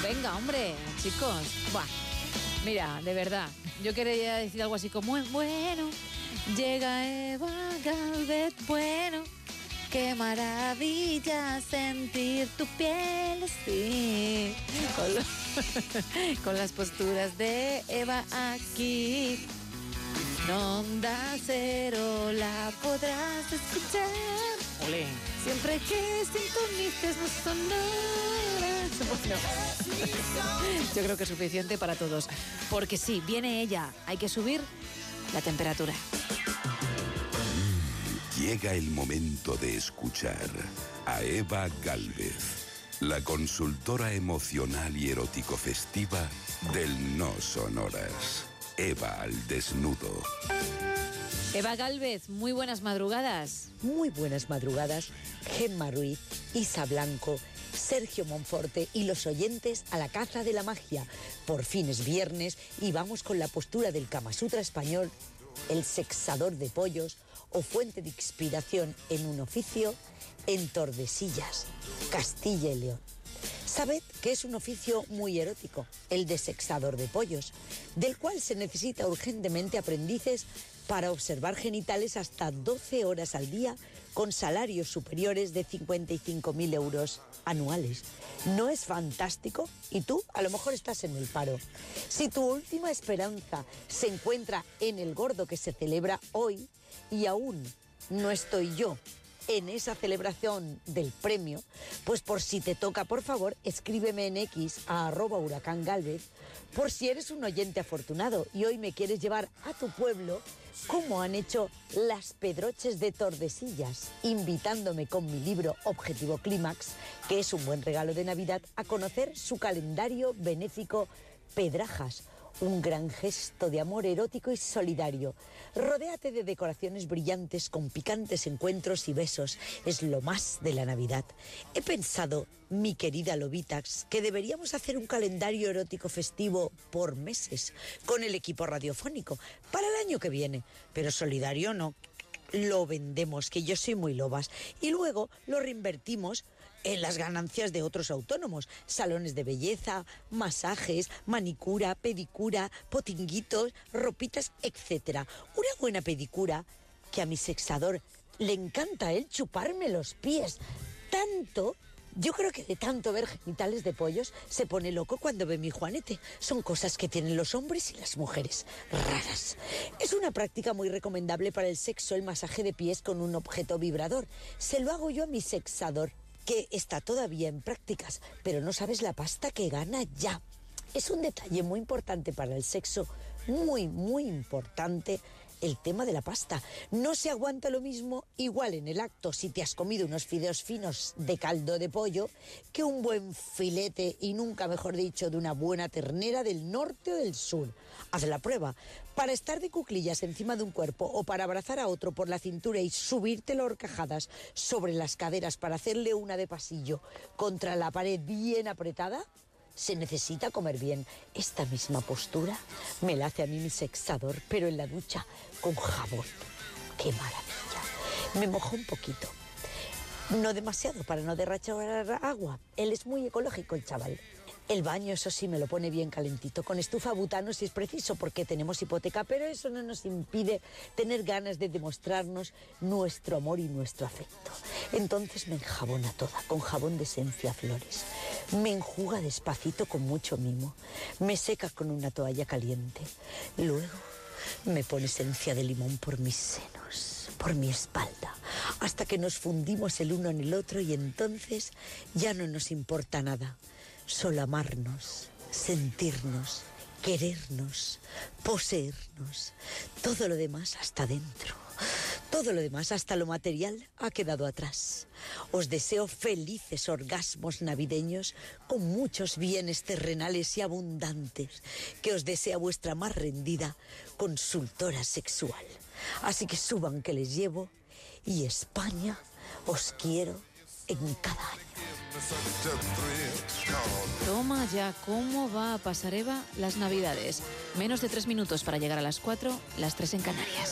Venga, hombre, chicos. Buah. Mira, de verdad, yo quería decir algo así como, bueno, llega Eva Galvez, bueno, qué maravilla sentir tu piel así, con las posturas de Eva aquí. En Onda Cero la podrás escuchar. Olé. Siempre que sintonices no sonoras. Bueno, yo creo que es suficiente para todos. Porque sí, viene ella. Hay que subir la temperatura. Llega el momento de escuchar a Eva Galvez, la consultora emocional y erótico festiva del No Sonoras. Eva al desnudo. Eva Galvez, muy buenas madrugadas. Muy buenas madrugadas, Gemma Ruiz, Isa Blanco, Sergio Monforte y los oyentes a la caza de la magia. Por fin es viernes y vamos con la postura del Kama Sutra español, el sexador de pollos o fuente de inspiración en un oficio en Tordesillas, Castilla y León. Sabed que es un oficio muy erótico, el de sexador de pollos, del cual se necesita urgentemente aprendices para observar genitales hasta 12 horas al día con salarios superiores de 55.000 euros anuales. ¿No es fantástico? Y tú a lo mejor estás en el paro. Si tu última esperanza se encuentra en el gordo que se celebra hoy y aún no estoy yo en esa celebración del premio, pues por si te toca, por favor, escríbeme en X a @huracangalvez por si eres un oyente afortunado y hoy me quieres llevar a tu pueblo como han hecho las Pedroches de Tordesillas, invitándome con mi libro Objetivo Clímax, que es un buen regalo de Navidad, a conocer su calendario benéfico Pedrajas, un gran gesto de amor erótico y solidario. Rodéate de decoraciones brillantes con picantes encuentros y besos. Es lo más de la Navidad. He pensado, mi querida Lobitax, que deberíamos hacer un calendario erótico festivo por meses con el equipo radiofónico para el año que viene. Pero solidario no. Lo vendemos, que yo soy muy lobas, y luego lo reinvertimos en las ganancias de otros autónomos, salones de belleza, masajes, manicura, pedicura, potinguitos, ropitas, etc. Una buena pedicura, que a mi sexador le encanta a él chuparme los pies, tanto. Yo creo que de tanto ver genitales de pollos se pone loco cuando ve mi juanete. Son cosas que tienen los hombres y las mujeres, raras. Es una práctica muy recomendable para el sexo, el masaje de pies con un objeto vibrador. Se lo hago yo a mi sexador, que está todavía en prácticas, pero no sabes la pasta que gana ya. Es un detalle muy importante para el sexo, muy, muy importante. El tema de la pasta. No se aguanta lo mismo igual en el acto si te has comido unos fideos finos de caldo de pollo que un buen filete y nunca mejor dicho de una buena ternera del norte o del sur. Haz la prueba. Para estar de cuclillas encima de un cuerpo o para abrazar a otro por la cintura y subírtelo a horcajadas sobre las caderas para hacerle una de pasillo contra la pared bien apretada, se necesita comer bien. Esta misma postura me la hace a mí mi sexador, pero en la ducha, con jabón. ¡Qué maravilla! Me mojo un poquito. No demasiado para no derrachar agua. Él es muy ecológico, el chaval. El baño, eso sí, me lo pone bien calentito, con estufa butano si es preciso, porque tenemos hipoteca, pero eso no nos impide tener ganas de demostrarnos nuestro amor y nuestro afecto. Entonces me enjabona toda, con jabón de esencia flores. Me enjuga despacito con mucho mimo. Me seca con una toalla caliente. Luego me pone esencia de limón por mis senos, por mi espalda, hasta que nos fundimos el uno en el otro y entonces ya no nos importa nada. Solo amarnos, sentirnos, querernos, poseernos. Todo lo demás hasta dentro. Todo lo demás, hasta lo material, ha quedado atrás. Os deseo felices orgasmos navideños con muchos bienes terrenales y abundantes, que os desea vuestra más rendida consultora sexual. Así que suban que les llevo y España os quiero en cada año. Toma ya, ¿cómo va a pasar Eva las Navidades? Menos de 3 minutos para llegar a las 4, las 3 en Canarias.